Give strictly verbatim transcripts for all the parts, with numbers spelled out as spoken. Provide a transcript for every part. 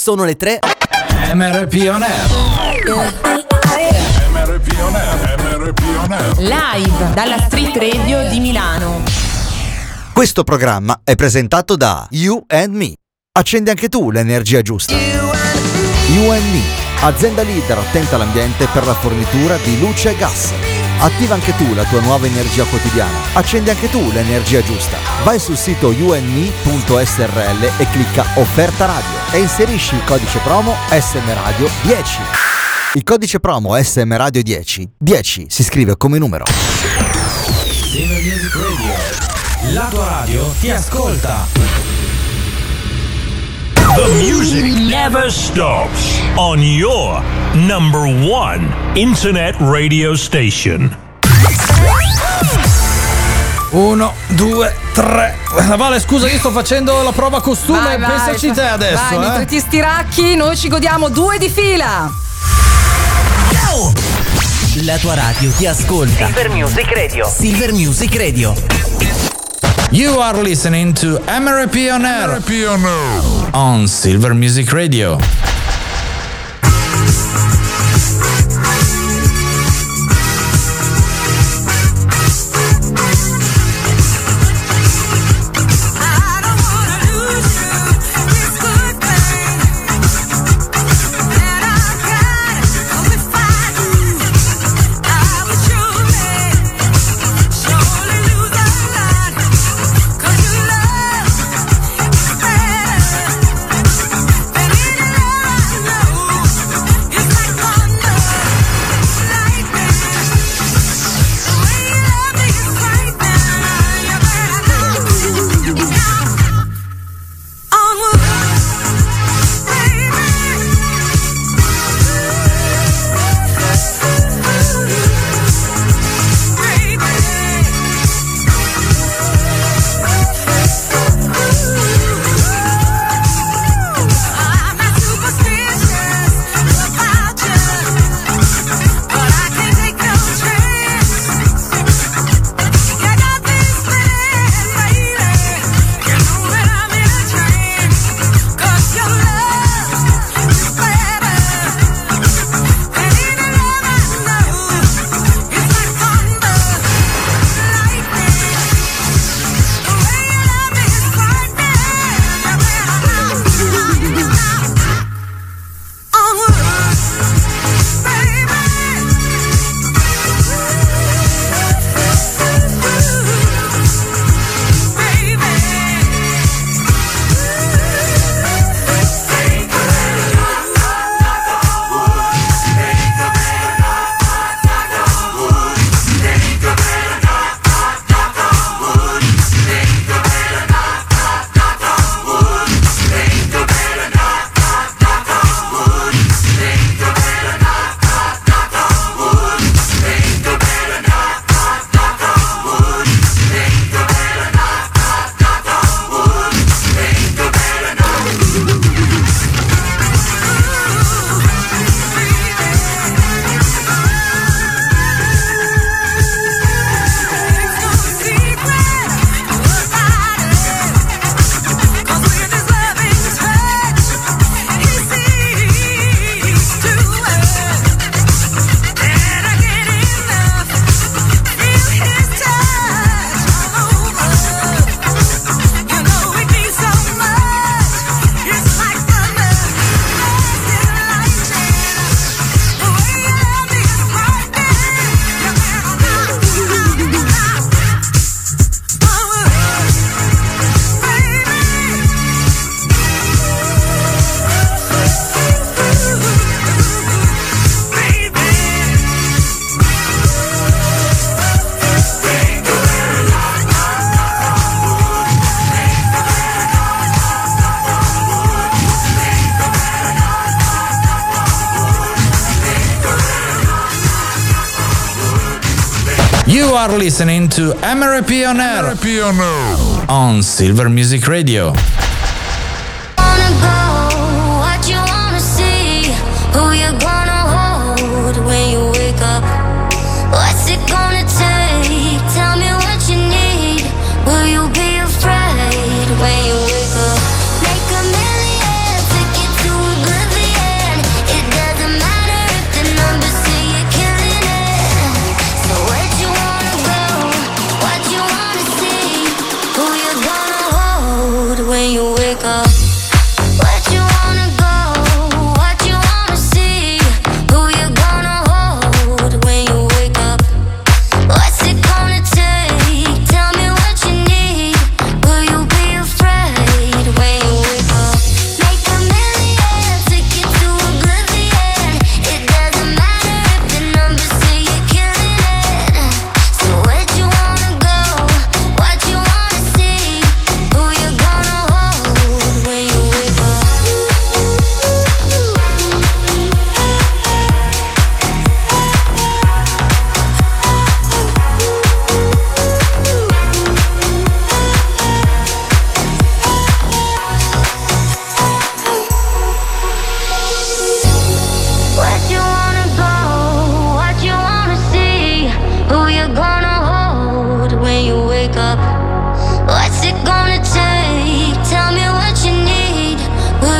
sono le tre. M R P On Air. M R P On Air, M R P On Air. Live dalla Street Radio di Milano. Questo programma è presentato da You and Me. Accendi anche tu l'energia giusta. You and Me, azienda leader attenta all'ambiente per la fornitura di luce e gas. Attiva anche tu la tua nuova energia quotidiana. Accendi anche tu l'energia giusta. Vai sul sito you and me punto s r l e clicca offerta radio e inserisci il codice promo S M Radio dieci. Il codice promo S M Radio dieci, dieci si scrive come numero. Silver Music Radio. La tua radio ti ascolta. The music never stops on your number one internet radio station. Uno, due, tre. Vale, scusa, io sto facendo la prova costume. Vai, vai, pensaci te adesso. Vai, eh. mentre ti stiracchi, noi ci godiamo due di fila. La tua radio ti ascolta. Silver Music Radio. Silver Music Radio. You are listening to M R P On Air. M R P On Air. On Silver Music Radio. You are listening to M R P On Air. M R P On Air. On Silver Music Radio. When you wake up, make a million to get to a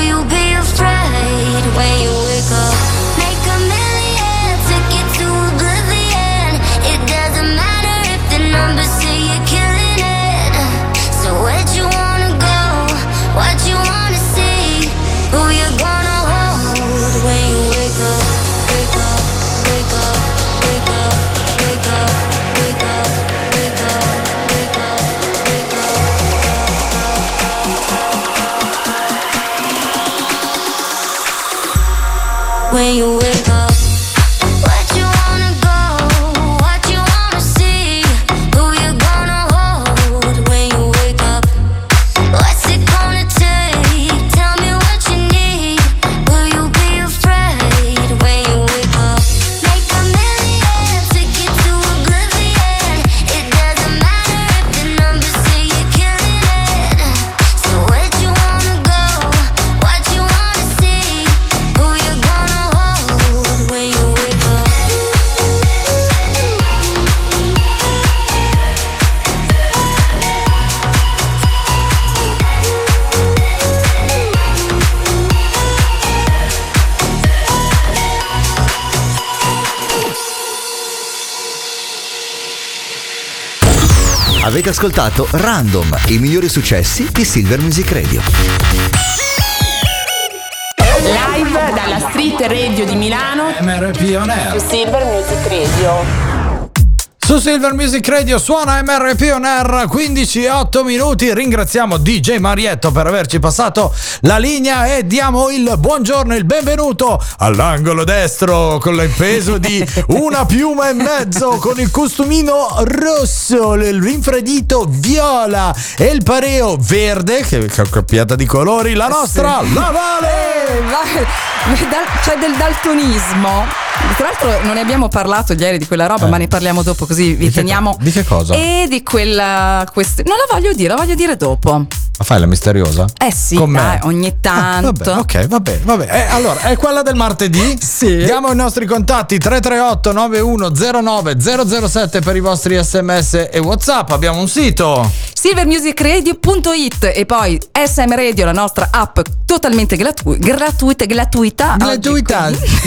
Will you be afraid when you wake up? Make a million, take it to oblivion. It doesn't matter if the numbers say you're killing it. So where'd you wanna go? What you wanna see? Who you gonna hold when you wake up? Wake up, wake up, wake up, wake up, wake up, wake up, wake up, wake up. When you wake up. Avete ascoltato Random, i migliori successi di Silver Music Radio. Live dalla Street Radio di Milano. M R P On Air. Silver Music Radio. Su Silver Music Radio suona M R P On Air, quindici e otto minuti. Ringraziamo D J Marietto per averci passato la linea e diamo il buongiorno e il benvenuto all'angolo destro con il peso di una piuma e mezzo, con il costumino rosso, l'infradito viola e il pareo verde, che è accoppiata di colori, la nostra sì. La Vale. Eh, c'è del daltonismo. Tra l'altro non ne abbiamo parlato ieri di quella roba, eh. ma ne parliamo dopo, così vi di teniamo. Che, di che cosa? E di quella quest- non la voglio dire, la voglio dire dopo. Ma fai la misteriosa? Eh sì, con dai, me? ogni tanto. Ah, vabbè, ok, va bene, va bene. Eh, allora, è quella del martedì? Sì. Diamo i nostri contatti tre tre otto nove uno zero nove zero zero sette per i vostri sms e WhatsApp. Abbiamo un sito silver music radio punto it e poi S M Radio, la nostra app totalmente gratu- gratuita gratuita gratuita.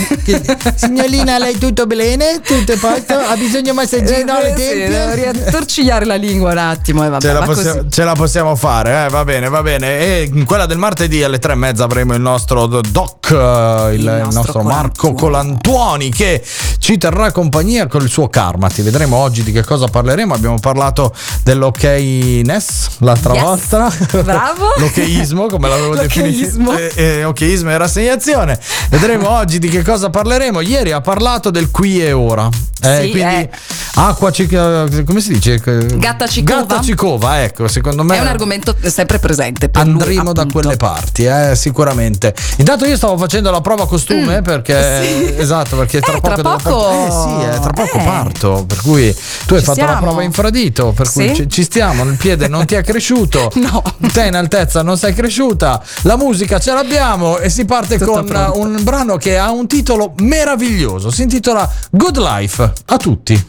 Signorina, lei tutto bene? Tutto a posto? Ha bisogno di un massaggino alle tempie? Sì, torcigliare la lingua un attimo e vabbè, ce, la va possiamo, così. ce la possiamo fare, eh? Va bene, va bene. E in quella del martedì alle tre e mezza avremo il nostro doc, il, il, il nostro, nostro Marco Colantuoni, che ci terrà compagnia con il suo karma. Ti vedremo oggi di che cosa parleremo. Abbiamo parlato dell'okness l'altra yes. volta. Bravo. L'okismo, come l'avevo definito. Eh, eh, okismo e rassegnazione. Vedremo oggi di che cosa parleremo. Ieri ha parlato del qui e ora. Eh, sì, quindi eh. acqua cic- come si dice? Gatta cicova. Gatta cicova, ecco, secondo me è un argomento sempre presente per andremo lui, da quelle parti, eh, sicuramente. Intanto io stavo facendo la prova costume mm, perché sì. esatto, perché tra eh, poco, tra poco... eh sì, eh, tra poco eh. parto, per cui tu hai ci fatto siamo. la prova infradito, per sì? cui ci, ci stiamo, il piede non ti è cresciuto. No. Te in altezza non sei cresciuta, la musica ce l'abbiamo e si parte tutto con pronto. Un brano che ha un titolo meraviglioso, si intitola Good Life. A tutti.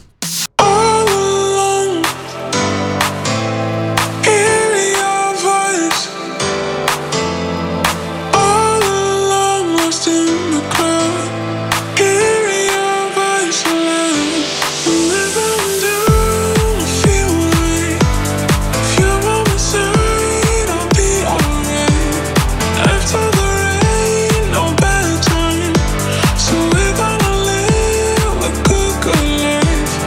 Good life.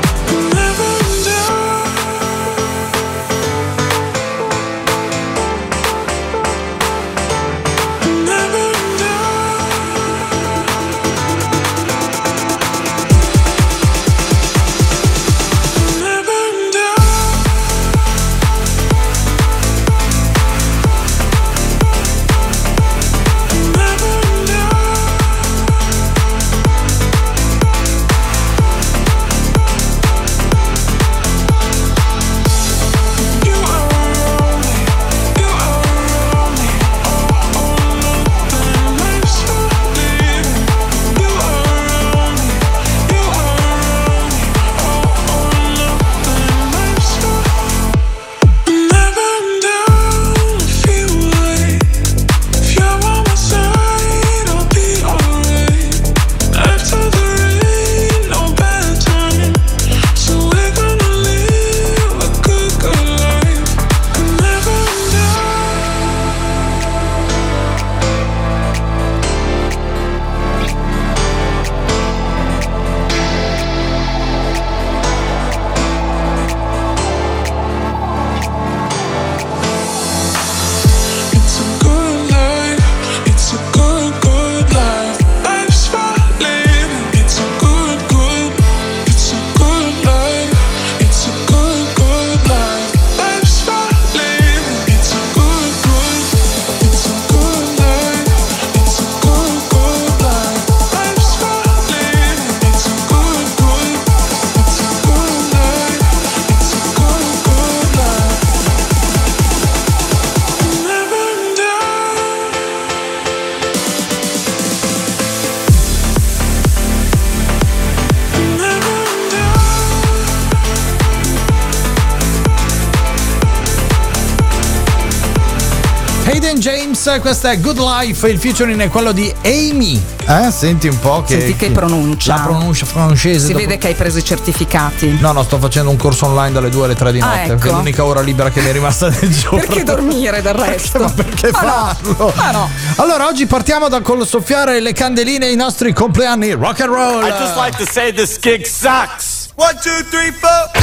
Max, questa è Good Life, il featuring è quello di Amy. Eh, senti un po' che Senti che pronuncia. La pronuncia francese. Si dopo... vede che hai preso i certificati. No, no, sto facendo un corso online dalle due alle tre di notte, Ah, ecco. perché è l'unica ora libera che mi è rimasta del giorno. Perché dormire del resto? Ma perché Ah, no. farlo? Ah, no. Allora, oggi partiamo da col soffiare le candeline ai nostri compleanni rock and roll. I just like to say this gig sucks. One, two, three, four.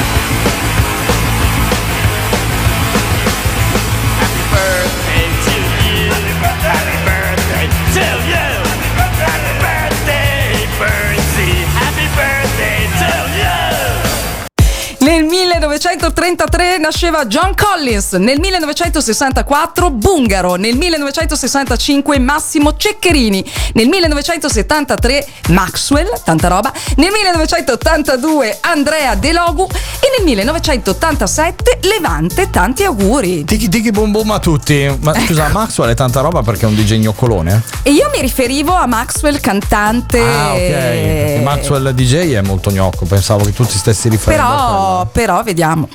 Happy birthday to you. Happy birthday to you. Happy birthday, Bernsey. Happy birthday to you. Nel millenovecentotrentatré nasceva John Collins, nel millenovecentosessantaquattro Bungaro, nel millenovecentosessantacinque Massimo Ceccherini, nel millenovecentosettantatré Maxwell, tanta roba, nel millenovecentottantadue Andrea De Logu e nel millenovecentottantasette Levante, tanti auguri. Tiki tiki boom boom a tutti. Ma scusa, Maxwell è tanta roba perché è un D J gnoccolone? E io mi riferivo a Maxwell cantante. Ah, ok. Perché Maxwell D J è molto gnocco, pensavo che tu ti stessi riferendo a quello. Però, però vediamo.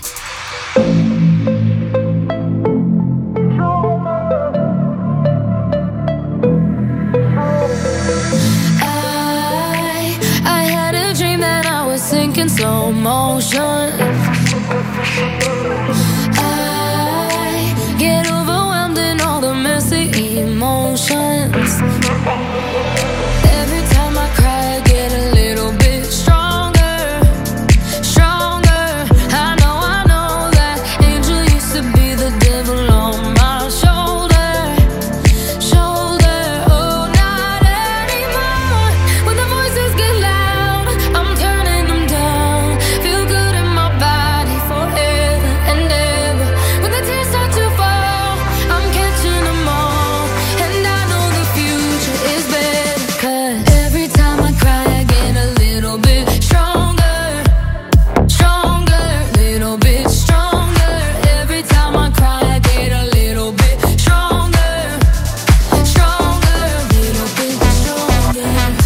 I, I had a dream that I was sinking slow motion. I get overwhelmed in all the messy emotions. Every time I cry, I get a little bit stronger, stronger. I know, I know that angel used to be the devil on my shoulder, shoulder. Oh, not anymore. When the voices get loud, I'm turning them down. Feel good in my body forever and ever. When the tears start to fall, I'm catching them all. And I know the future is better. 'Cause every time I cry, I get a little bit stronger, stronger, little bit stronger. Every time I cry, I get a little bit stronger, stronger, little bit stronger.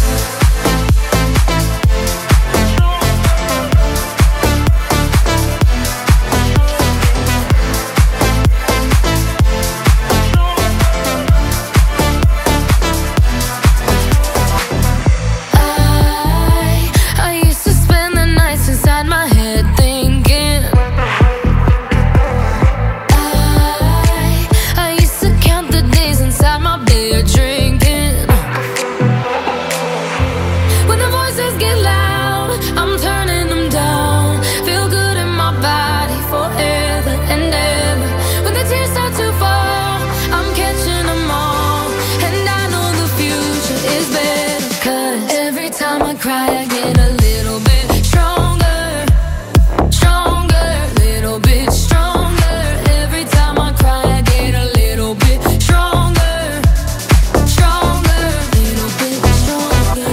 I, I used to spend the nights inside my head thinking. I, I used to count the days inside my bed drinking. When the voices get loud, I'm turning them down. Feel good in my body forever and ever. When the tears start to fall, I'm catching them all. And I know the future is better. 'Cause every time I cry, I get a little bit stronger, stronger, little bit stronger. Every time I cry, I get a little bit stronger, stronger, little bit stronger.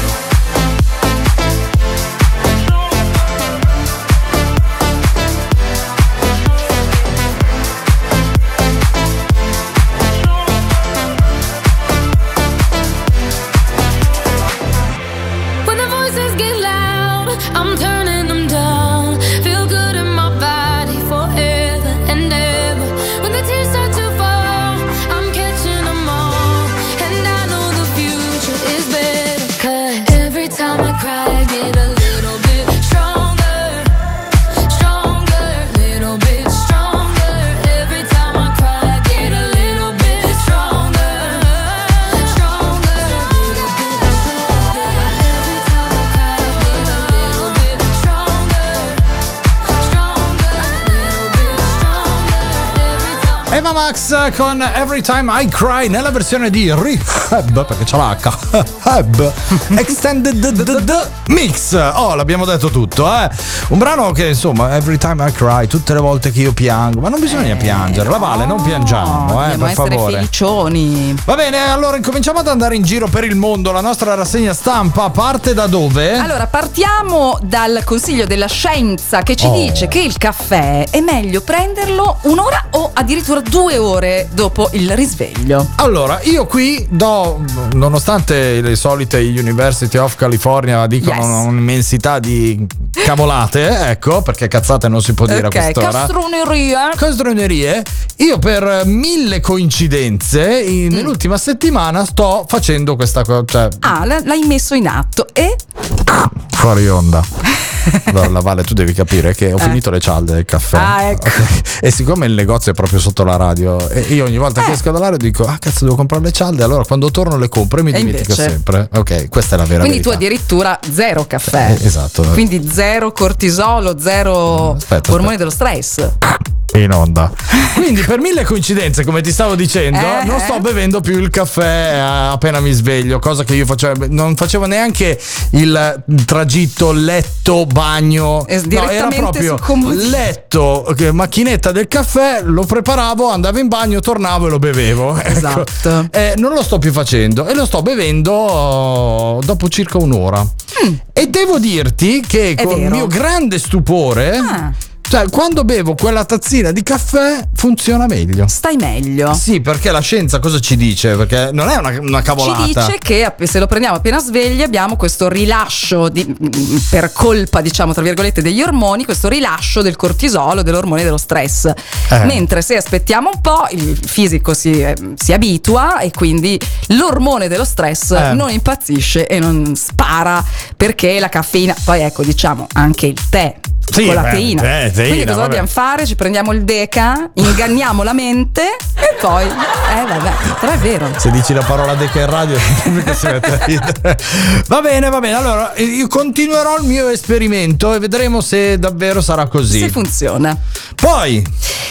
When the voices get loud, I'm turning them down. Feel good in my body forever and ever. When the tears start to fall, I'm catching them all. And I know the future is better. 'Cause every time I cry, I get a little bit stronger, stronger, little bit stronger. Every time I cry, I get a little bit stronger, stronger, little bit stronger. Every time I cry, I get a little bit stronger, stronger, little bit stronger. Every time. Eva Max con Every Time I Cry nella versione di Rehab, perché c'è la H. Hab Extended d- d- d- Mix. Oh, l'abbiamo detto tutto, eh. Un brano che insomma, Every Time I Cry, tutte le volte che io piango, ma non bisogna piangere, la Vale, non piangiamo, eh, Dobbiamo per essere favore. felicioni. Va bene, allora incominciamo ad andare in giro per il mondo. La nostra rassegna stampa parte da dove? Allora, partiamo dal consiglio della scienza che ci Oh. dice che il caffè è meglio prenderlo un'ora o addirittura due due ore dopo il risveglio. Allora, io qui do, nonostante le solite University of California dicono Yes. un'immensità di cavolate, ecco, perché cazzate non si può dire Ok, a quest'ora. castronerie. Castronerie, io per mille coincidenze in- nell'ultima settimana sto facendo questa cosa, cioè Ah, l- l'hai messo in atto e fuori onda. Allora, la Vale, tu devi capire che ho Eh. finito le cialde del caffè. Ah, ecco. Ok. E siccome il negozio è proprio sotto la radio, e io ogni volta che Eh. esco dalla radio dico: ah, cazzo, devo comprare le cialde. Allora, quando torno le compro e mi E dimentico invece? sempre. Ok, questa è la vera quindi tu verità. addirittura zero caffè. Eh, esatto. Quindi zero cortisolo, zero Aspetta, ormoni aspetta. dello stress. In onda. Quindi per mille coincidenze, come ti stavo dicendo, Eh, non sto eh. bevendo più il caffè eh, appena mi sveglio, cosa che io facevo, non facevo neanche il tragitto letto bagno. Eh, No, era direttamente proprio sul comodino. letto, eh, macchinetta del caffè, lo preparavo, andavo in bagno, tornavo e lo bevevo. Ecco. Esatto. Eh, non lo sto più facendo e lo sto bevendo oh, dopo circa un'ora. E devo dirti che È con il vero. mio grande stupore, Ah. cioè quando bevo quella tazzina di caffè funziona meglio. Stai meglio. Sì, perché la scienza cosa ci dice? Perché non è una, una cavolata. Ci dice che app- se lo prendiamo appena svegli abbiamo questo rilascio di- per colpa, diciamo tra virgolette, degli ormoni, questo rilascio del cortisolo, dell'ormone dello stress. Eh. Mentre se aspettiamo un po' il fisico si, eh, si abitua e quindi l'ormone dello stress Eh. non impazzisce e non spara, perché la caffeina, poi ecco diciamo anche il tè. Sì, con la beh, teina. eh, teina, Quindi cosa vabbè. dobbiamo fare? Ci prendiamo il deca, inganniamo la mente e poi eh vabbè, però è vero. Se dici la parola deca in radio, il pubblico si mette a ridere. Va bene, va bene. Allora, io continuerò il mio esperimento e vedremo se davvero sarà così. Se funziona. Poi,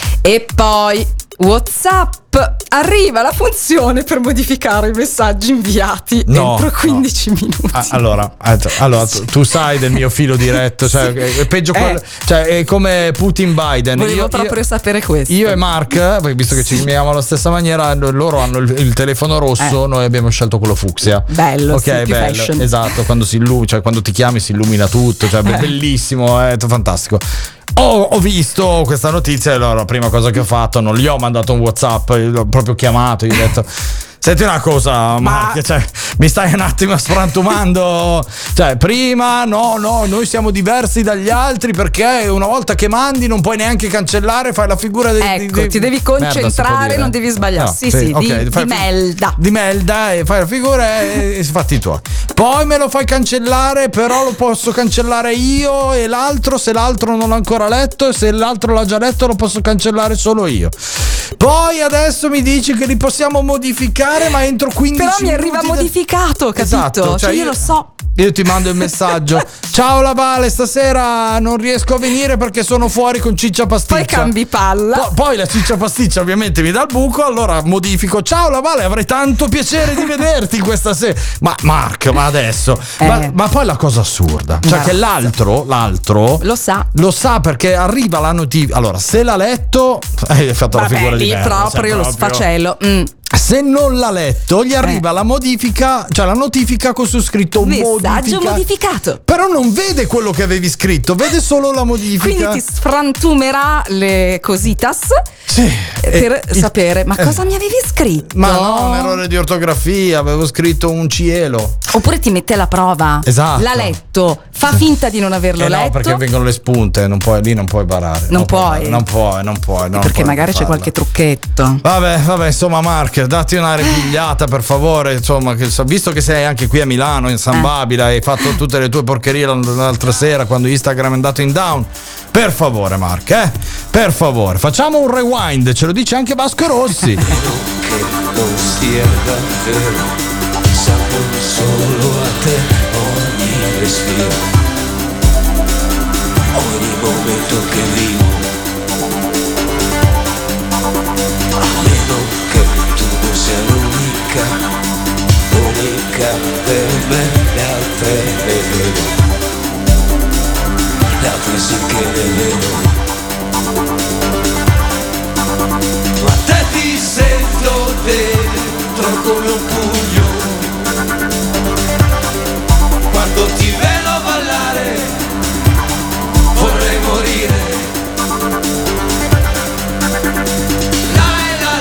E poi WhatsApp, arriva la funzione per modificare i messaggi inviati No, entro no. quindici minuti. ah, allora, eh, allora tu, tu sai del mio filo diretto, cioè Sì. è peggio Eh. quello- cioè è come Putin Biden. Volevo Io- proprio io- sapere questo. Io e Mark, perché visto che ci chiamiamo alla stessa maniera, loro hanno il, il telefono rosso, Eh. noi abbiamo scelto quello fucsia. Bello, ok, sì, più bello. fashion. Esatto, quando si illu- cioè quando ti chiami si illumina tutto, cioè Eh. bellissimo, è fantastico. Ho, ho visto questa notizia e allora la prima cosa che ho fatto, non gli ho mandato un WhatsApp, l'ho proprio chiamato, gli ho detto: senti una cosa, Mark, cioè, mi stai un attimo sfrantumando. Cioè, prima, no, no, noi siamo diversi dagli altri perché una volta che mandi non puoi neanche cancellare, fai la figura dei. Ecco, dei- ti devi Merda, si può concentrare, dire. non devi sbagliare. No, sì, sì, ok, di, fai- di melda. Di melda e fai la figura e, e fatti i tuoi. Poi me lo fai cancellare, però lo posso cancellare io e l'altro, se l'altro non l'ha ancora letto, e se l'altro l'ha già letto lo posso cancellare solo io. Poi adesso mi dici che li possiamo modificare, ma entro quindici Però mi arriva minuti da- modificato, capito? Esatto, cioè, io lo so. Io ti mando il messaggio: ciao la Vale, stasera non riesco a venire perché sono fuori con Ciccia Pasticcia. Poi cambi palla. Po- poi la Ciccia Pasticcia ovviamente mi dà il buco, allora modifico: ciao la Vale, avrei tanto piacere di vederti questa sera. Ma Mark, ma adesso Eh. ma, ma poi la cosa assurda, cioè Imbarazzo. che l'altro l'altro Lo sa. lo sa perché arriva la notifica. Allora, se l'ha letto, hai fatto la Vabbè, figura di lì merda, proprio sei lo proprio- sfacelo. Mm. Se non l'ha letto, gli arriva Eh. la modifica, cioè la notifica con su scritto Messaggio modifica. modificato. Però non vede quello che avevi scritto, vede solo la modifica. Quindi ti sfrantumerà le cositas Sì. per Eh, sapere ma eh. cosa mi avevi scritto. Ma no, un errore di ortografia, avevo scritto un cielo. Oppure ti mette alla prova. Esatto. L'ha letto, fa finta di non averlo Eh no, letto. perché vengono le spunte, non puoi, lì non puoi barare. Non puoi. barare, Non puoi, non puoi. non perché puoi magari c'è farla. qualche trucchetto. Vabbè, vabbè, insomma, Mark, datti una ripigliata per favore. Insomma, che, so- visto che sei anche qui a Milano, in San Eh. Babila, hai fatto tutte le tue porcherie l- l'altra sera quando Instagram è andato in down. Per favore, Mark, eh? Per favore, facciamo un rewind, ce lo dice anche Vasco Rossi. Che non sia davvero, sapevo solo a te ogni respiro, ogni momento che vivo. A meno che tu non sia l'unica, unica per me, le altre le vedo, le altre sì che le vedo. Ma te ti sento dentro come un pugno, quando ti vedo ballare vorrei morire. La la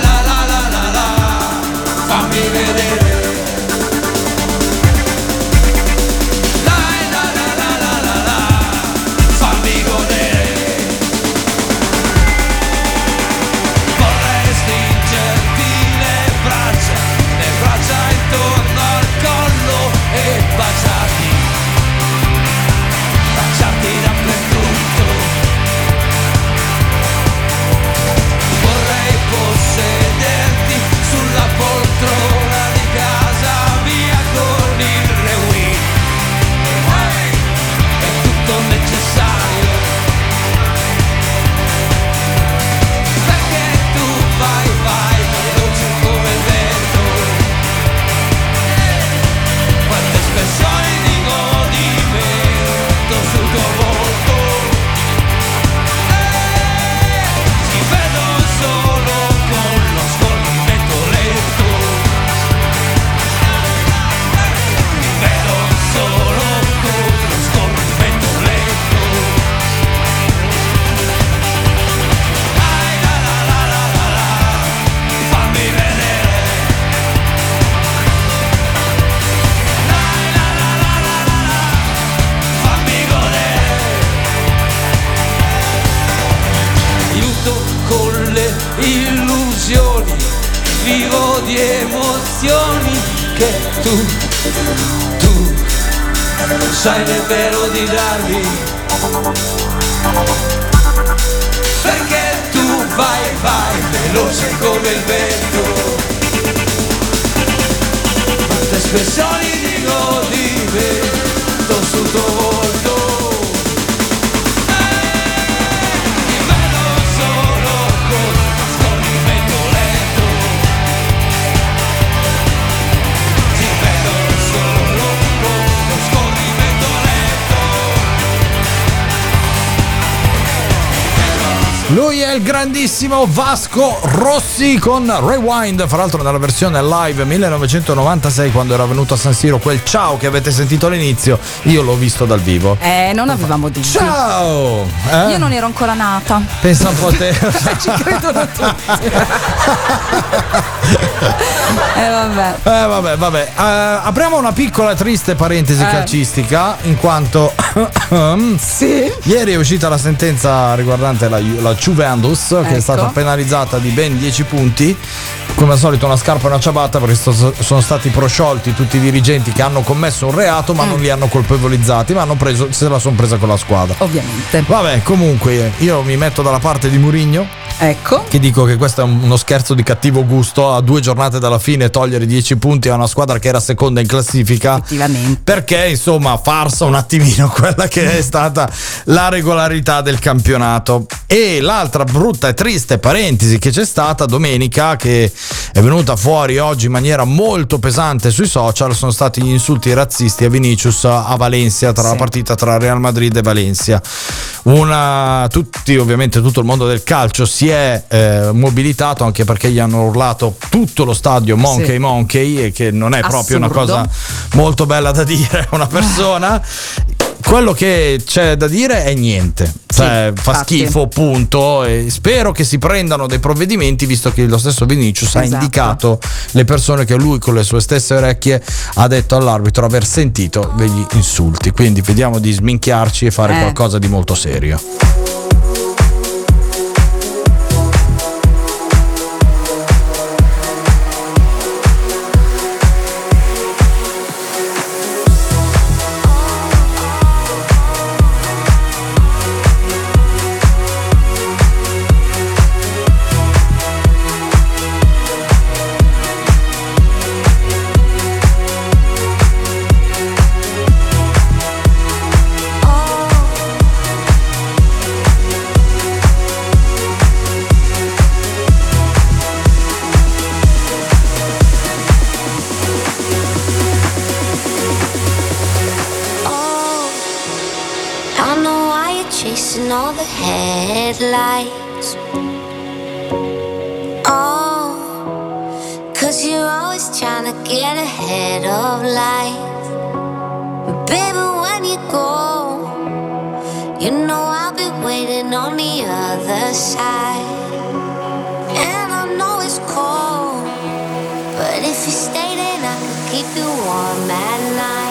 emozioni che tu, tu non sai nemmeno di darmi. Perché tu vai, vai, veloce come il vento. Quante espressioni dico di me, sul tuo volto. Lui è il grandissimo Vasco Rossi con Rewind, fra l'altro nella versione live millenovecentonovantasei, quando era venuto a San Siro, quel ciao che avete sentito all'inizio, io l'ho visto dal vivo. Eh, non avevamo dubbi. Ciao! Eh? Io non ero ancora nata. Pensa un po' te. Ci credono tutti. Eh vabbè. Eh vabbè, vabbè. Uh, apriamo una piccola triste parentesi eh. calcistica, in quanto sì. Ieri è uscita la sentenza riguardante la, la Juventus, che ecco. è stata penalizzata di ben dieci punti. Come al solito una scarpa e una ciabatta, perché sto, sono stati prosciolti tutti i dirigenti che hanno commesso un reato ma mm. non li hanno colpevolizzati, ma hanno preso, se la sono presa con la squadra. Ovviamente. Vabbè, comunque io mi metto dalla parte di Mourinho. Ecco. Che dico che questo è uno scherzo di cattivo gusto, a due giornate dalla fine togliere dieci punti a una squadra che era seconda in classifica. Effettivamente. Perché insomma farsa un attimino quella che è stata la regolarità del campionato. E l'altra brutta e triste parentesi che c'è stata domenica, che è venuta fuori oggi in maniera molto pesante sui social, sono stati gli insulti razzisti a Vinicius a Valencia, tra sì. la partita tra Real Madrid e Valencia. Una, tutti ovviamente tutto il mondo del calcio si è eh, mobilitato, anche perché gli hanno urlato tutto lo stadio Monkey sì. Monkey, e che non è Assurdo. proprio una cosa molto bella da dire a una persona. Quello che c'è da dire è niente, cioè sì, fa infatti. schifo, punto. E spero che si prendano dei provvedimenti, visto che lo stesso Vinicius esatto. ha indicato le persone che lui con le sue stesse orecchie ha detto all'arbitro aver sentito degli insulti. Quindi vediamo di sminchiarci e fare eh. qualcosa di molto serio. All the headlights. Oh, cause you're always trying to get ahead of life. Baby, when you go, you know I'll be waiting on the other side. And I know it's cold, but if you stay then I could keep you warm at night.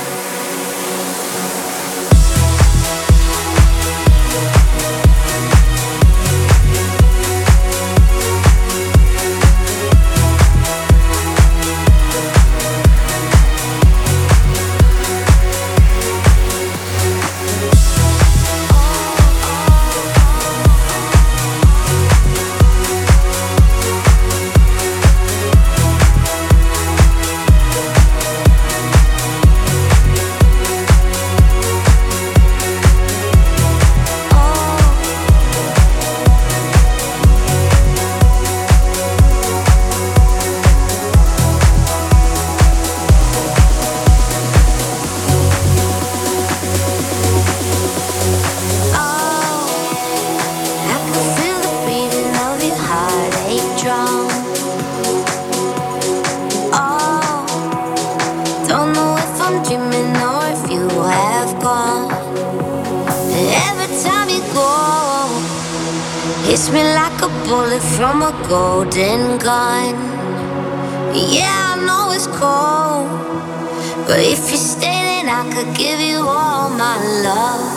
Hits me like a bullet from a golden gun. Yeah, I know it's cold, but if you stay then I could give you all my love.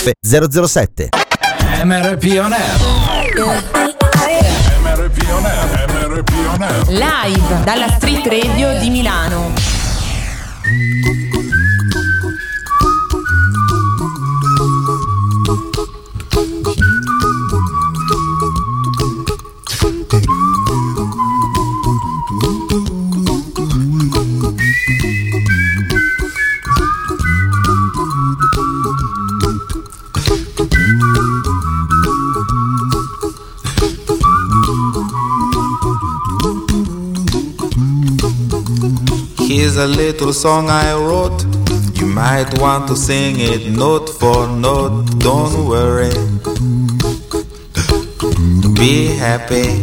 zero zero sette. M R P On Air. M R P On Air, M R P On Air. Live dalla Street Radio di Milano. Here's a little song I wrote. You might want to sing it note for note. Don't worry, be happy.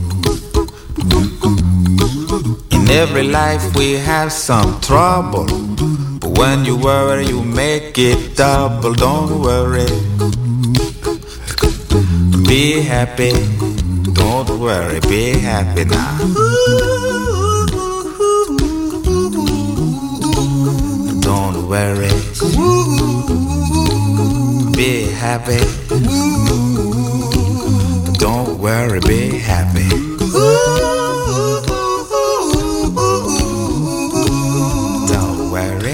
In every life we have some trouble, but when you worry you make it double. Don't worry, be happy. Don't worry, be happy now. Don't worry, be happy. Don't worry, be happy. Don't worry,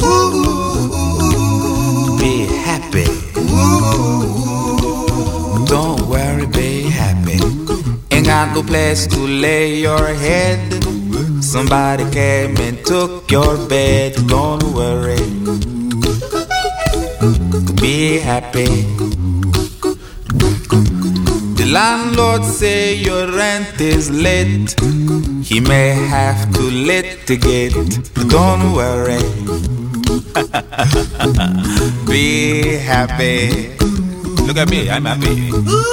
be happy. Don't worry, be happy. Ain't got no place to lay your head. Somebody came and took your bed. Don't worry, be happy. The landlord say your rent is late. He may have to litigate. Don't worry, be happy. Look at me, I'm happy.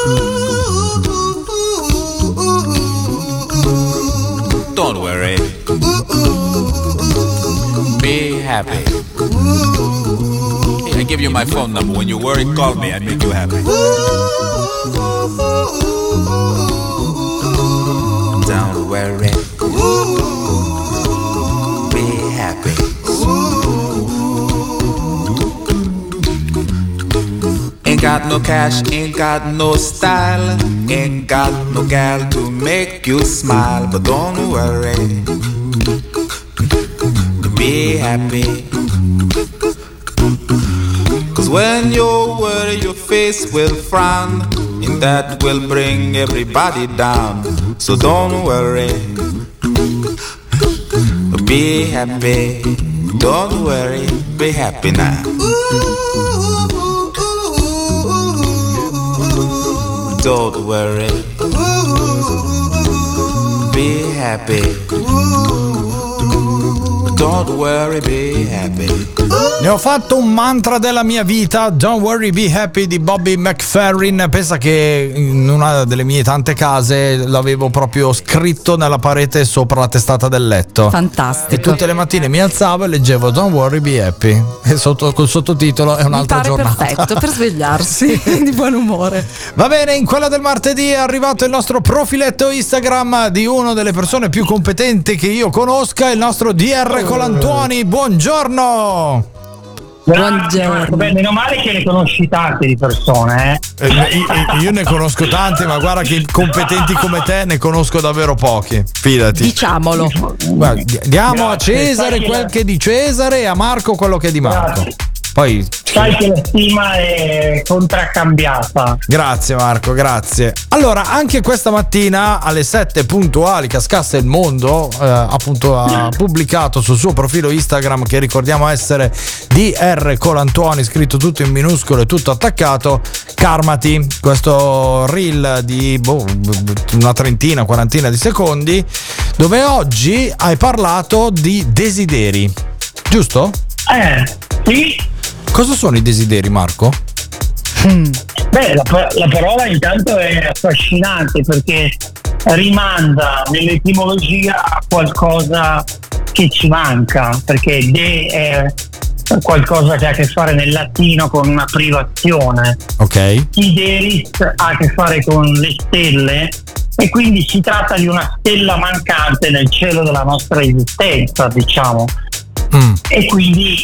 Don't worry, be happy. I give you my phone number. When you worry, call me. I make you happy. Don't worry, be happy. Ain't got no cash, ain't got no style, ain't got no gal to make you smile. But don't worry, be happy. Cause when you worry your face will frown, and that will bring everybody down. So don't worry, be happy. Don't worry, be happy now. Don't worry, be happy. Don't worry, be happy. Ne ho fatto un mantra della mia vita. Don't worry, be happy di Bobby McFerrin. Pensa che in una delle mie tante case l'avevo proprio scritto nella parete sopra la testata del letto. Fantastico. E tutte le mattine mi alzavo e leggevo Don't worry, be happy. E sotto, col sottotitolo è un'altra Mi pare giornata. perfetto per svegliarsi di buon umore. Va bene, in quella del martedì è arrivato il nostro profiletto Instagram di una delle persone più competenti che io conosca, il nostro D R Colantuoni. Buongiorno. Buongiorno. Beh, meno male che ne conosci tante di persone, eh. Eh, io, io ne conosco tante, ma guarda che competenti come te ne conosco davvero pochi. Fidati. Diciamolo. Guarda, diamo Grazie, a Cesare quel che... che è di Cesare e a Marco quello che è di Marco. Grazie. Poi sai che la stima è contraccambiata. Grazie Marco, grazie. Allora, anche questa mattina alle sette puntuali cascasse il mondo, eh, appunto ha pubblicato sul suo profilo Instagram, che ricordiamo essere D R Colantuoni, scritto tutto in minuscolo e tutto attaccato, Karmati, questo reel di boh, una trentina, quarantina di secondi, dove oggi hai parlato di desideri, giusto? Eh, sì. Cosa sono i desideri, Marco? Mm. Beh, la, la parola intanto è affascinante perché rimanda nell'etimologia a qualcosa che ci manca, perché de è qualcosa che ha a che fare nel latino con una privazione. Ok. Ideris ha a che fare con le stelle e quindi si tratta di una stella mancante nel cielo della nostra esistenza, diciamo. Mm. E quindi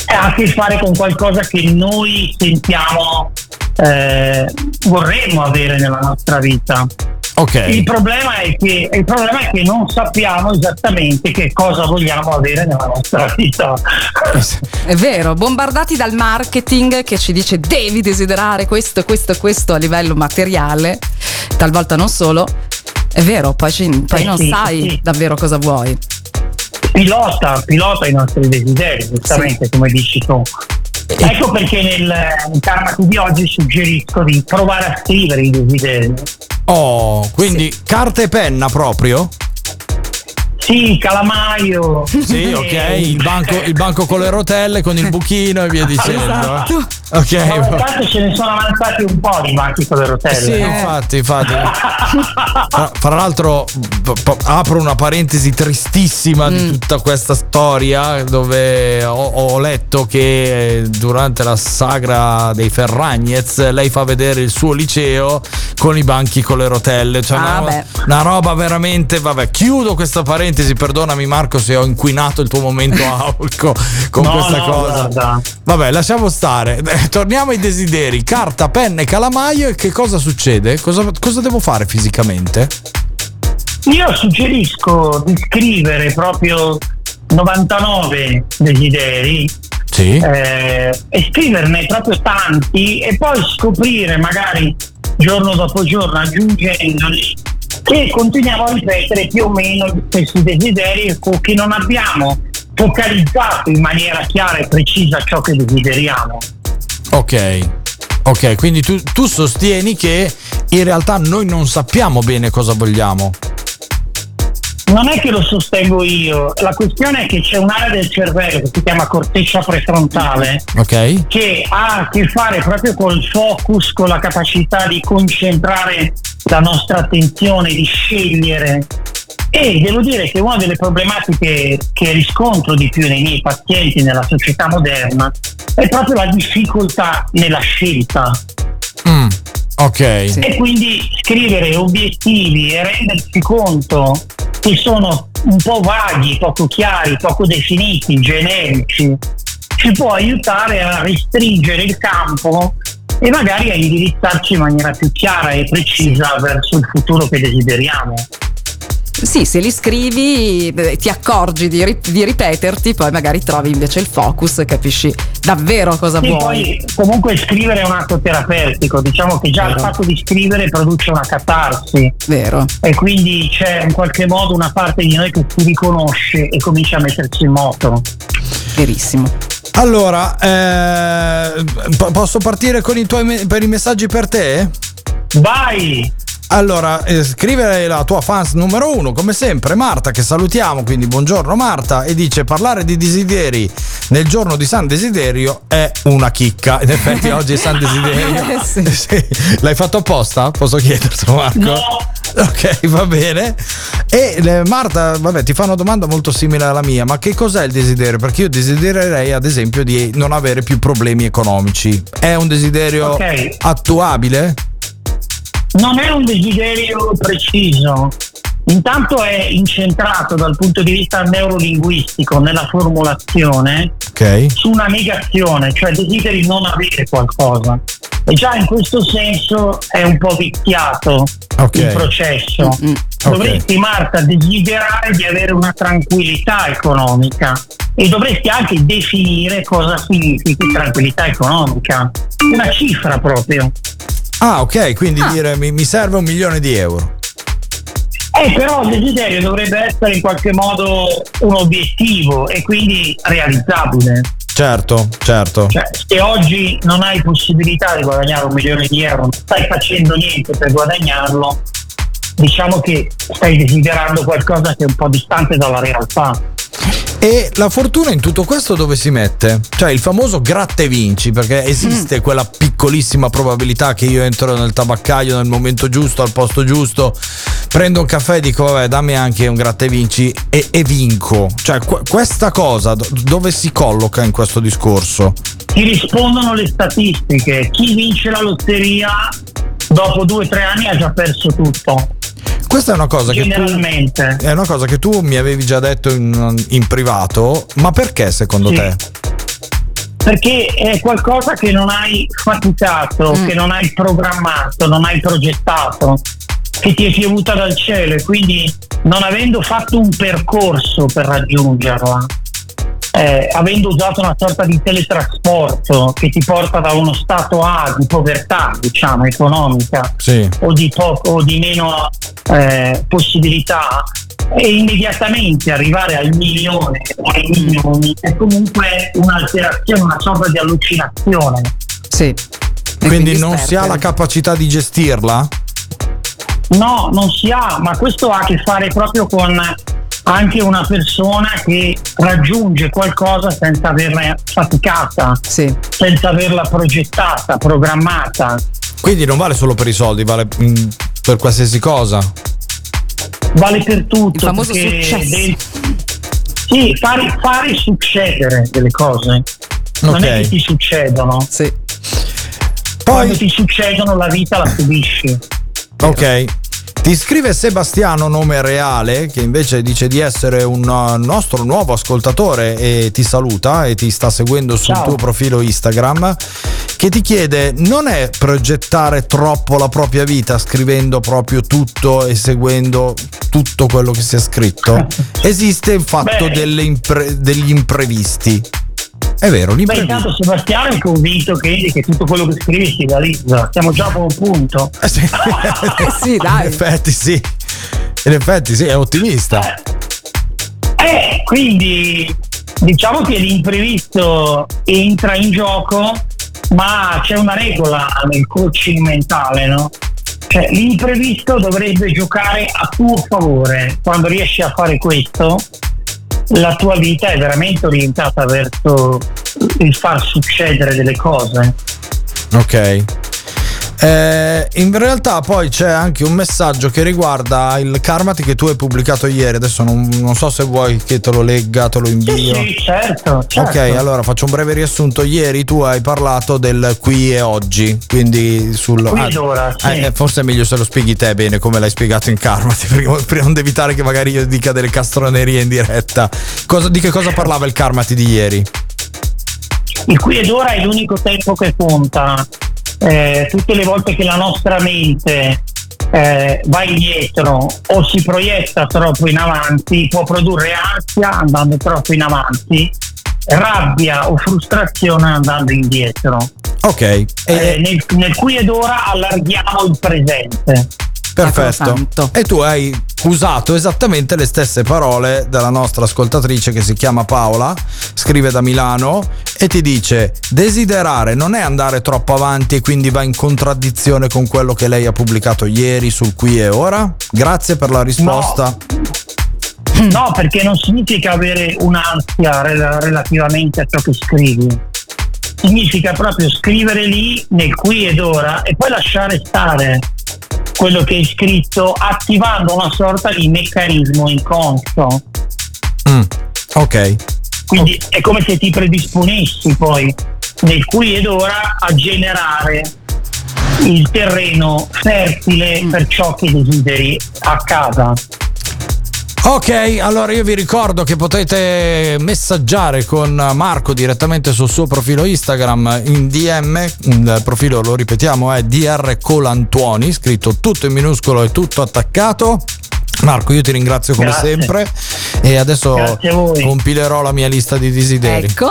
ha a che fare con qualcosa che noi sentiamo, eh, vorremmo avere nella nostra vita. Okay. Il problema è che il problema è che non sappiamo esattamente che cosa vogliamo avere nella nostra vita. È vero, bombardati dal marketing che ci dice devi desiderare questo, questo e questo a livello materiale, talvolta non solo. È vero, poi, ci, poi eh non sì, sai sì. davvero cosa vuoi. Pilota, pilota i nostri desideri, giustamente, sì. Come dici tu. Ecco perché nel, nel Karmati di oggi suggerisco di provare a scrivere i desideri. Oh, quindi sì. Carta e penna proprio? Sì, calamaio. Sì, ok, il banco, il banco con le rotelle, con il buchino e via dicendo. Esatto. Ok. Ma intanto ce ne sono avanzati un po' di banchi con le rotelle. Sì, eh. infatti, infatti. Fra, fra l'altro p- p- apro una parentesi tristissima mm. di tutta questa storia, dove ho, ho letto che durante la sagra dei Ferragnez lei fa vedere il suo liceo con i banchi con le rotelle, cioè ah, una, una roba veramente, vabbè, chiudo questa parentesi, perdonami Marco se ho inquinato il tuo momento aulico con no, questa no, cosa. Guarda. Vabbè, lasciamo stare. Torniamo ai desideri. Carta, penna e calamaio. E che cosa succede? Cosa, cosa devo fare fisicamente? Io suggerisco di scrivere proprio novantanove desideri. Sì. Eh, e scriverne proprio tanti e poi scoprire magari giorno dopo giorno, aggiungendoli, che continuiamo a ripetere più o meno gli stessi desideri che non abbiamo focalizzato in maniera chiara e precisa ciò che desideriamo. Ok, ok, quindi tu, tu sostieni che in realtà noi non sappiamo bene cosa vogliamo. Non è che lo sostengo io, la questione è che c'è un'area del cervello che si chiama corteccia prefrontale, okay, che ha a che fare proprio col focus, con la capacità di concentrare la nostra attenzione, di scegliere. E devo dire che una delle problematiche che riscontro di più nei miei pazienti nella società moderna è proprio la difficoltà nella scelta. Mm, ok. E quindi scrivere obiettivi e rendersi conto che sono un po' vaghi, poco chiari, poco definiti, generici, ci può aiutare a restringere il campo e magari a indirizzarci in maniera più chiara e precisa verso il futuro che desideriamo. Sì, se li scrivi ti accorgi di, ri- di ripeterti, poi magari trovi invece il focus e capisci davvero cosa sì, vuoi. Poi comunque scrivere è un atto terapeutico, diciamo che già Vero. Il fatto di scrivere produce una catarsi. Vero. E quindi c'è in qualche modo una parte di noi che si riconosce e comincia a mettersi in moto. Verissimo. Allora, eh, p- posso partire con i tuoi me- per i messaggi per te? Vai! Allora, eh, scrivere la tua fans numero uno, come sempre, Marta, che salutiamo, quindi buongiorno Marta, e dice: parlare di desideri nel giorno di San Desiderio è una chicca. In effetti oggi è San Desiderio. sì. Sì. L'hai fatto apposta? Posso chiedertelo, Marco? No. Ok, va bene. E eh, Marta, vabbè, ti fa una domanda molto simile alla mia, ma che cos'è il desiderio? Perché io desidererei ad esempio di non avere più problemi economici. È un desiderio okay. attuabile? Non è un desiderio preciso, intanto è incentrato dal punto di vista neurolinguistico nella formulazione okay. su una negazione, cioè desideri non avere qualcosa, e già in questo senso è un po' viziato okay. il processo. Mm-hmm. Dovresti, okay. Marta, desiderare di avere una tranquillità economica e dovresti anche definire cosa significhi tranquillità economica, una cifra proprio. Ah, ok, quindi ah. dire mi, mi serve un milione di euro. Eh, però il desiderio dovrebbe essere in qualche modo un obiettivo e quindi realizzabile. Certo, certo. Cioè, se oggi non hai possibilità di guadagnare un milione di euro, non stai facendo niente per guadagnarlo, diciamo che stai desiderando qualcosa che è un po' distante dalla realtà. E la fortuna in tutto questo dove si mette? Cioè il famoso gratta e vinci, perché esiste mm. quella piccolissima probabilità che io entro nel tabaccaio nel momento giusto, al posto giusto, prendo un caffè e dico vabbè dammi anche un gratta e vinci e, e vinco. Cioè qu- questa cosa dove si colloca in questo discorso? Ti rispondono le statistiche: chi vince la lotteria dopo due o tre anni ha già perso tutto. Questa è una cosa che tu, è una cosa che tu mi avevi già detto in, in privato, ma perché secondo sì. te? perché è qualcosa che non hai faticato, mm. che non hai programmato, non hai progettato, che ti è piovuta dal cielo, e quindi non avendo fatto un percorso per raggiungerla, eh, avendo usato una sorta di teletrasporto che ti porta da uno stato A di povertà, diciamo, economica, sì. o di poco o di meno eh, possibilità, e immediatamente arrivare al milione o ai milioni è comunque un'alterazione, una sorta di allucinazione. Sì. Quindi, quindi non si ha la capacità di gestirla? No, non si ha, ma questo ha a che fare proprio con anche una persona che raggiunge qualcosa senza averla faticata, sì. senza averla progettata, programmata. Quindi non vale solo per i soldi, vale mh, per qualsiasi cosa. Vale per tutto. Il famoso successo. Del... Sì, fare, fare succedere delle cose. Okay. Non è che ti succedono. Sì. Poi... Quando ti succedono la vita la subisci. Ok. Ti scrive Sebastiano, nome reale, che invece dice di essere un nostro nuovo ascoltatore e ti saluta e ti sta seguendo sul Ciao. tuo profilo Instagram, che ti chiede: non è progettare troppo la propria vita scrivendo proprio tutto e seguendo tutto quello che si è scritto? Esiste il fatto delle impre- degli imprevisti. È vero, Beh, intanto Sebastiano è convinto che, che tutto quello che scrivi si realizza. Siamo già a un punto. Eh sì. Eh sì, dai. In effetti sì. In effetti sì, è ottimista. Eh, quindi diciamo che l'imprevisto entra in gioco, ma c'è una regola nel coaching mentale, no? Cioè, l'imprevisto dovrebbe giocare a tuo favore. Quando riesci a fare questo, la tua vita è veramente orientata verso il far succedere delle cose. Ok. Eh, in realtà poi c'è anche un messaggio che riguarda il Karmati che tu hai pubblicato ieri. Adesso non, non so se vuoi che te lo legga, te lo invio. Sì, sì, certo, certo. Ok, allora faccio un breve riassunto. Ieri tu hai parlato del qui e oggi, quindi sul qui ah, ed ora, sì. eh, forse è meglio se lo spieghi te bene come l'hai spiegato in Karmati, perché per non evitare che magari io dica delle castronerie in diretta. Cosa, di che cosa parlava il Karmati di ieri? Il qui ed ora è l'unico tempo che conta. Eh, tutte le volte che la nostra mente eh, va indietro o si proietta troppo in avanti, può produrre ansia andando troppo in avanti, rabbia o frustrazione andando indietro. Ok. Eh, nel, nel qui ed ora allarghiamo il presente. Perfetto. E tu hai usato esattamente le stesse parole della nostra ascoltatrice che si chiama Paola, scrive da Milano e ti dice: desiderare non è andare troppo avanti e quindi va in contraddizione con quello che lei ha pubblicato ieri sul qui e ora? Grazie per la risposta. No, no, perché non significa avere un'ansia rel- relativamente a ciò che scrivi. Significa proprio scrivere lì nel qui ed ora e poi lasciare stare quello che hai scritto, attivando una sorta di meccanismo inconscio. Mm, ok. Quindi è come se ti predisponessi poi nel qui ed ora a generare il terreno fertile per ciò che desideri accada. Ok, allora io vi ricordo che potete messaggiare con Marco direttamente sul suo profilo Instagram in D M. Il profilo, lo ripetiamo, è D R Colantuoni, scritto tutto in minuscolo e tutto attaccato. Marco, io ti ringrazio come Grazie. sempre e adesso compilerò la mia lista di desideri. Ecco.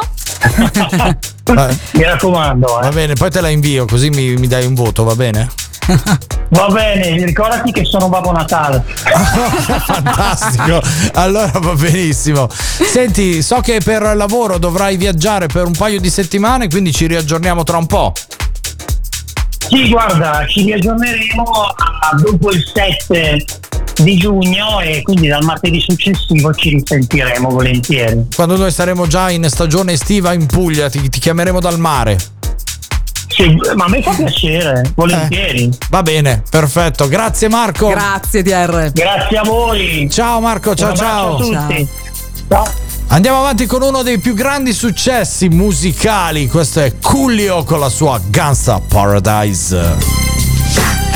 eh. Mi raccomando. Eh. Va bene, poi te la invio così mi, mi dai un voto, va bene? Va bene, ricordati che sono Babbo Natale. Fantastico, allora va benissimo. Senti, so che per lavoro dovrai viaggiare per un paio di settimane, quindi ci riaggiorniamo tra un po'. Sì, guarda, ci riaggiorneremo dopo il sette di giugno e quindi dal martedì successivo ci risentiremo volentieri. Quando noi saremo già in stagione estiva in Puglia, ti, ti chiameremo dal mare. Sì, ma a me fa piacere, volentieri. Eh, va bene, perfetto. Grazie Marco. Grazie D R. Grazie a voi. Ciao Marco, ciao ciao. A tutti. Ciao. Ciao. Andiamo avanti con uno dei più grandi successi musicali. Questo è Coolio con la sua Gangsta Paradise.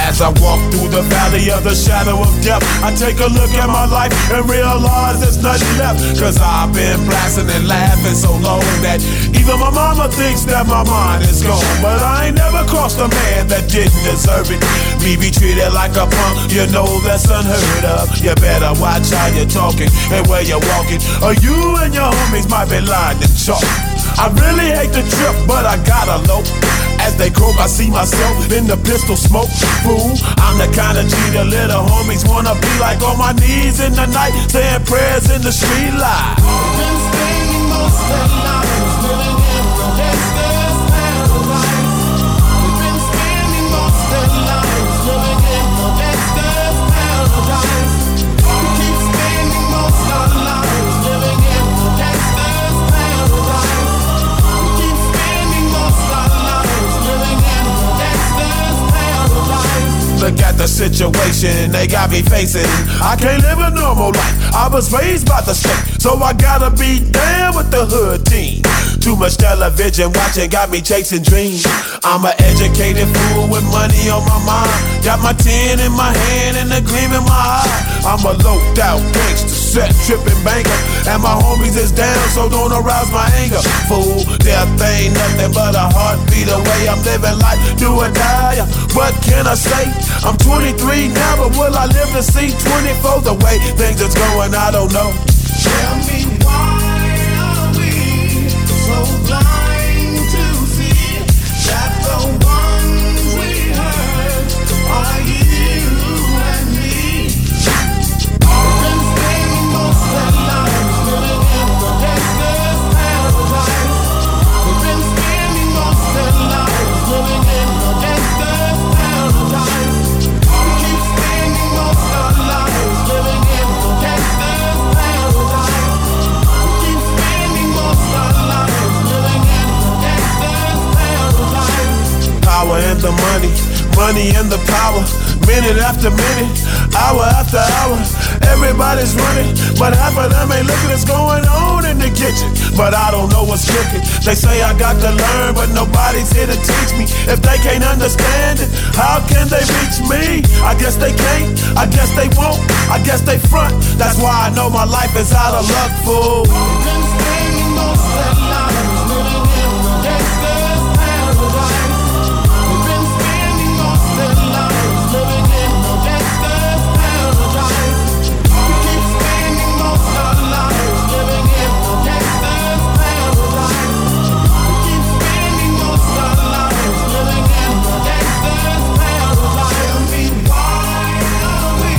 As I walk through the valley of the shadow of death, I take a look at my life and realize there's nothing left. Cause I've been blasting and laughing so long that even my mama thinks that my mind is gone. But I ain't never crossed a man that didn't deserve it. Me be treated like a punk, you know that's unheard of. You better watch how you're talking and where you're walking, or you and your homies might be lined in chalk. I really hate the trip, but I gotta low. As they croak, I see myself in the pistol smoke. Fool, I'm the kind of G the little homies wanna be like, on my knees in the night, saying prayers in the street light. Been spending most of the lives living in the gangster's paradise. We've been spending most of the lives living in the gangster's paradise. We keep spending most of the lives living in the gangster's paradise. We keep spending most of the lives living in the gangster's paradise. Look at the situation they got me facing. I can't live a normal life. I was raised by the state, so I gotta be down with the hood team. Too much television watching got me chasing dreams. I'm an educated fool with money on my mind. Got my tin in my hand and a gleam in my eye. I'm a loped out gangster, set tripping banker, and my homies is down, so don't arouse my anger. Fool, death ain't nothing but a heartbeat away. I'm living life, do or die. What can I say? I'm twenty-three now, but will I live to see twenty-four? The way things is going, I don't know. Tell me why are we so blind to see that the ones we hurt are you and me? We've been spending most of our lives living in the gangster's paradise. We've been spending most of our lives living in the gangster's paradise. We keep spending most of our lives living in the gangster's paradise. We keep spending most of our lives living in the gangster's paradise. Power and the money, money and the power. Minute after minute, hour after hour, everybody's running, but half of them ain't looking what's going on in the kitchen. But I don't know what's cooking. They say I got to learn, but nobody's here to teach me. If they can't understand it, how can they reach me? I guess they can't, I guess they won't, I guess they front. That's why I know my life is out of luck, fool. We've been spending most of our lives living in the gangster's paradise. We've been spending most of our lives living in the gangster's paradise. We keep spending most of our lives living in the gangster's paradise. We keep spending most of our lives living in the gangster's paradise. Tell me why are we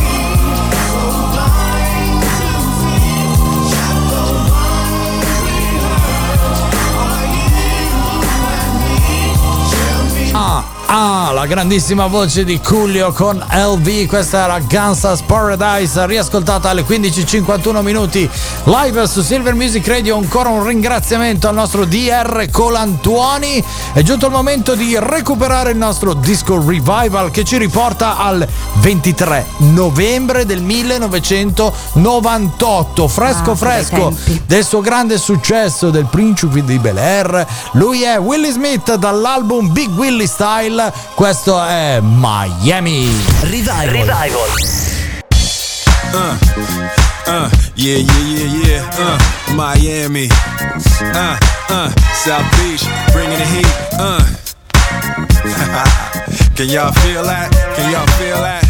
so blind to see that the ones we hurt are you and me? Tell me. Ah, ah, la grandissima voce di Coolio con L V. Questa era Gangsta's Paradise, riascoltata alle quindici e cinquantuno minuti live su Silver Music Radio. Ancora un ringraziamento al nostro D R Colantuoni. È giunto il momento di recuperare il nostro disco revival che ci riporta al ventitré novembre del millenovecentonovantotto, fresco Ah, fresco bei tempi. del suo grande successo del Principe di Bel-Air. Lui è Willie Smith dall'album Big Willie Style. Questo è Miami Revival. Revival. Uh, uh, yeah, yeah, yeah, yeah. Uh, Miami. Uh, uh, South Beach, bringing the heat. Uh. Can y'all feel that? Can y'all feel that?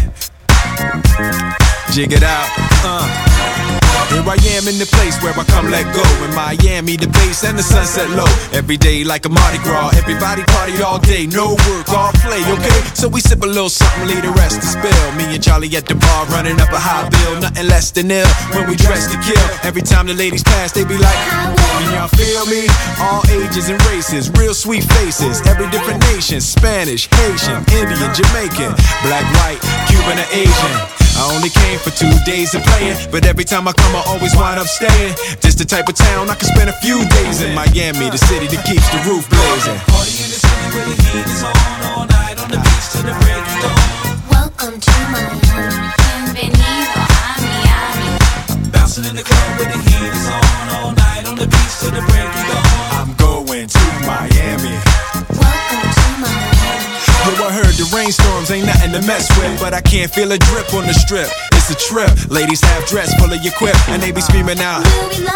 Jig it out. Uh. Here I am in the place where I come let go. In Miami, the bass and the sunset low. Every day like a Mardi Gras. Everybody party all day, no work, all play, okay? So we sip a little something, leave the rest to spill. Me and Charlie at the bar running up a high bill. Nothing less than ill when we dress to kill. Every time the ladies pass, they be like, can y'all feel me? All ages and races, real sweet faces. Every different nation, Spanish, Haitian, Indian, Jamaican, black, white, Cuban, or Asian. I only came for two days of playing, but every time I come I always wind up staying. This the type of town I can spend a few days in. Miami, the city that keeps the roof blazing. Party in the city where the heat is on, all night on the beach till the break of dawn. Welcome to Miami, bienvenido a Miami. Bouncing in the club where the heat is on, all night on the beach till the break of dawn. I'm going to Miami. Welcome to Miami. Yo, I heard the rain rainstorms ain't nothing to mess with, but I can't feel a drip on the strip. It's a trip. Ladies have dress full of your quip, and they be screaming out.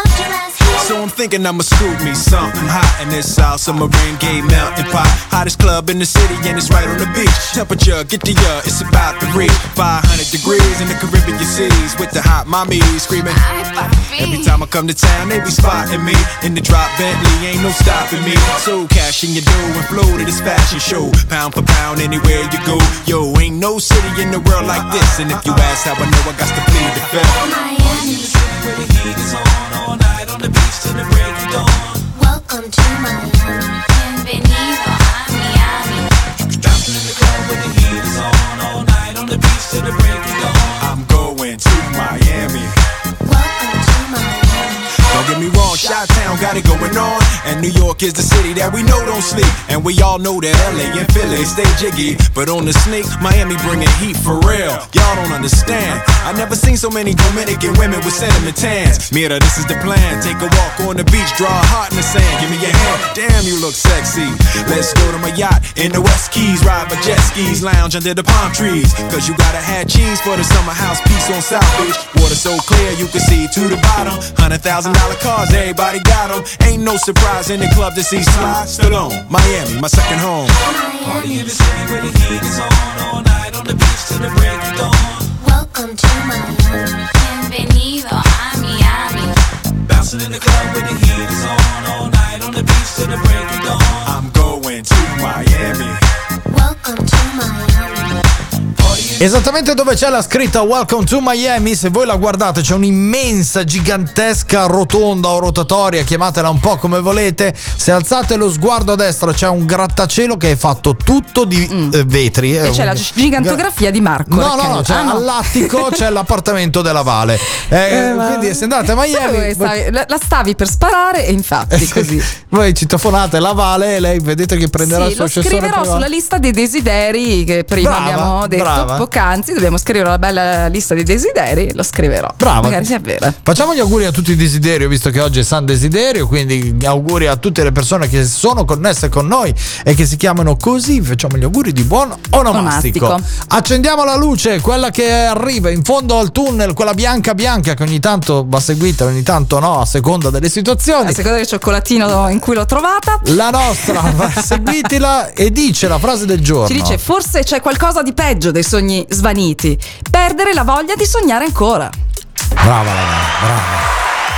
So I'm thinking I'ma scoop me something hot in this South Summer rain gay melting pot. Hottest club in the city and it's right on the beach. Temperature, get the uh, it's about to reach five hundred degrees in the Caribbean seas with the hot mommies screaming. Every time I come to town, they be spotting me in the drop Bentley, ain't no stopping me. So cash in your dough and flow to this fashion show. Pound for pound, anywhere you go. Yo, ain't no city in the world like this. And if you ask how I know, I got to plead the fifth. Miami, the city where the heat is on all night on the beach till the break of dawn. Welcome to Miami. Bienvenido a Miami. Bouncing in the club where the heat is on all night on the beach till the break of dawn. I'm going to Miami. Welcome to Miami. Don't get me wrong, Chi-Town got it going on, and New York is the city that we know don't sleep. And we all know that L A and Philly stay jiggy, but on the sneak, Miami bringing heat for real. Y'all don't understand. I never seen so many Dominican women with sentiment tans. Mira, this is the plan. Take a walk on the beach, draw a heart in the sand. Give me your hand. Damn, you look sexy. Let's go to my yacht in the West Keys, ride my jet skis, lounge under the palm trees. Cause you gotta have cheese for the summer house piece on South Beach. Water so clear you can see to the bottom. Hundred thousand dollar cars, everybody got them. Ain't no surprise in the club to see Sly Stallone. Miami, my second home. Miami, the city where the heat is on all night on the beach till the break of dawn. Welcome to Miami. Bienvenido a Miami. Bouncing in the club where the heat is on all night on the beach till the break of dawn. I'm going to Miami. Welcome to Miami. Esattamente dove c'è la scritta Welcome to Miami, se voi la guardate c'è un'immensa, gigantesca rotonda o rotatoria, chiamatela un po' come volete. Se alzate lo sguardo a destra c'è un grattacielo che è fatto tutto di mm. eh, vetri. E c'è un... la gigantografia di Marco. No, no, no, cioè ah, no. all'attico c'è l'appartamento della Vale. Eh, eh, quindi se andate a Miami... Stavi, la, la stavi per sparare e infatti così. Voi citofonate la Vale e lei vedete che prenderà sì, il suo lo accessore. Scriverò privato. Sulla lista dei desideri che prima brava, abbiamo detto brava. poc'anzi. Dobbiamo scrivere una bella lista di desideri. Lo scriverò. Brava. Magari sia vera. Facciamo gli auguri a tutti i Desiderio, visto che oggi è San Desiderio, quindi auguri a tutte le persone che sono connesse con noi e che si chiamano così. Facciamo gli auguri di buon onomastico. Onomastico. Accendiamo la luce, quella che arriva in fondo al tunnel, quella bianca bianca che ogni tanto va seguita, ogni tanto no, a seconda delle situazioni. A seconda del cioccolatino in cui l'ho trovata. La nostra, seguitela e dice la frase del giorno. Ci dice: forse c'è qualcosa di peggio dei sogni svaniti, perdere la voglia di sognare ancora. Brava, brava.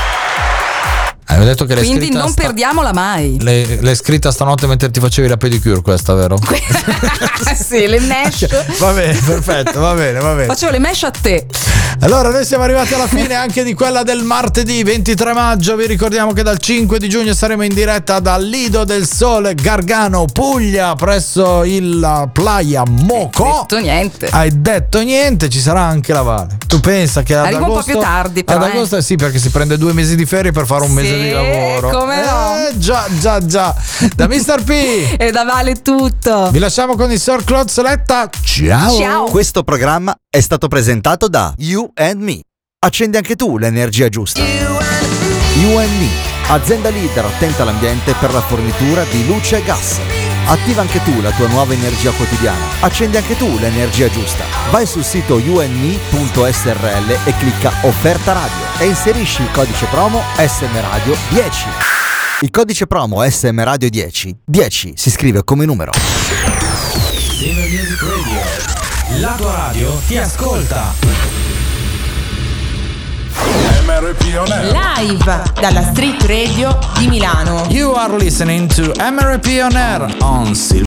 Hai detto che l'hai Quindi scritta non sta... perdiamola mai. L'hai, l'hai scritta stanotte mentre ti facevi la pedicure, questa, vero? Sì, le mesh. Va bene, perfetto, va bene, va bene. Facevo le mesh a te. Allora noi siamo arrivati alla fine anche di quella del martedì ventitré maggio. Vi ricordiamo che dal cinque di giugno saremo in diretta dal Lido del Sole, Gargano, Puglia, presso il Playa Moco. Hai detto niente. Hai detto niente, ci sarà anche la Vale. Tu pensa che ad Arrivo agosto, un po' più tardi però, ad agosto eh. sì, perché si prende due mesi di ferie per fare un sì, mese di lavoro. Come no? Eh, già, già, già. Da mister P e da Vale tutto. Vi lasciamo con il Sir Claude Soletta. Ciao. Ciao. Questo programma è stato presentato da You and Me. Accendi anche tu l'energia giusta. You and Me, azienda leader attenta all'ambiente per la fornitura di luce e gas. Attiva anche tu la tua nuova energia quotidiana. Accendi anche tu l'energia giusta. Vai sul sito you and me punto s r l e clicca offerta radio e inserisci il codice promo S M Radio dieci. Il codice promo S M Radio dieci, dieci si scrive come numero. Silver Music Radio, la tua radio ti ascolta. M R P On Air. Live dalla Street Radio di Milano. You are listening to M R P On Air on Silver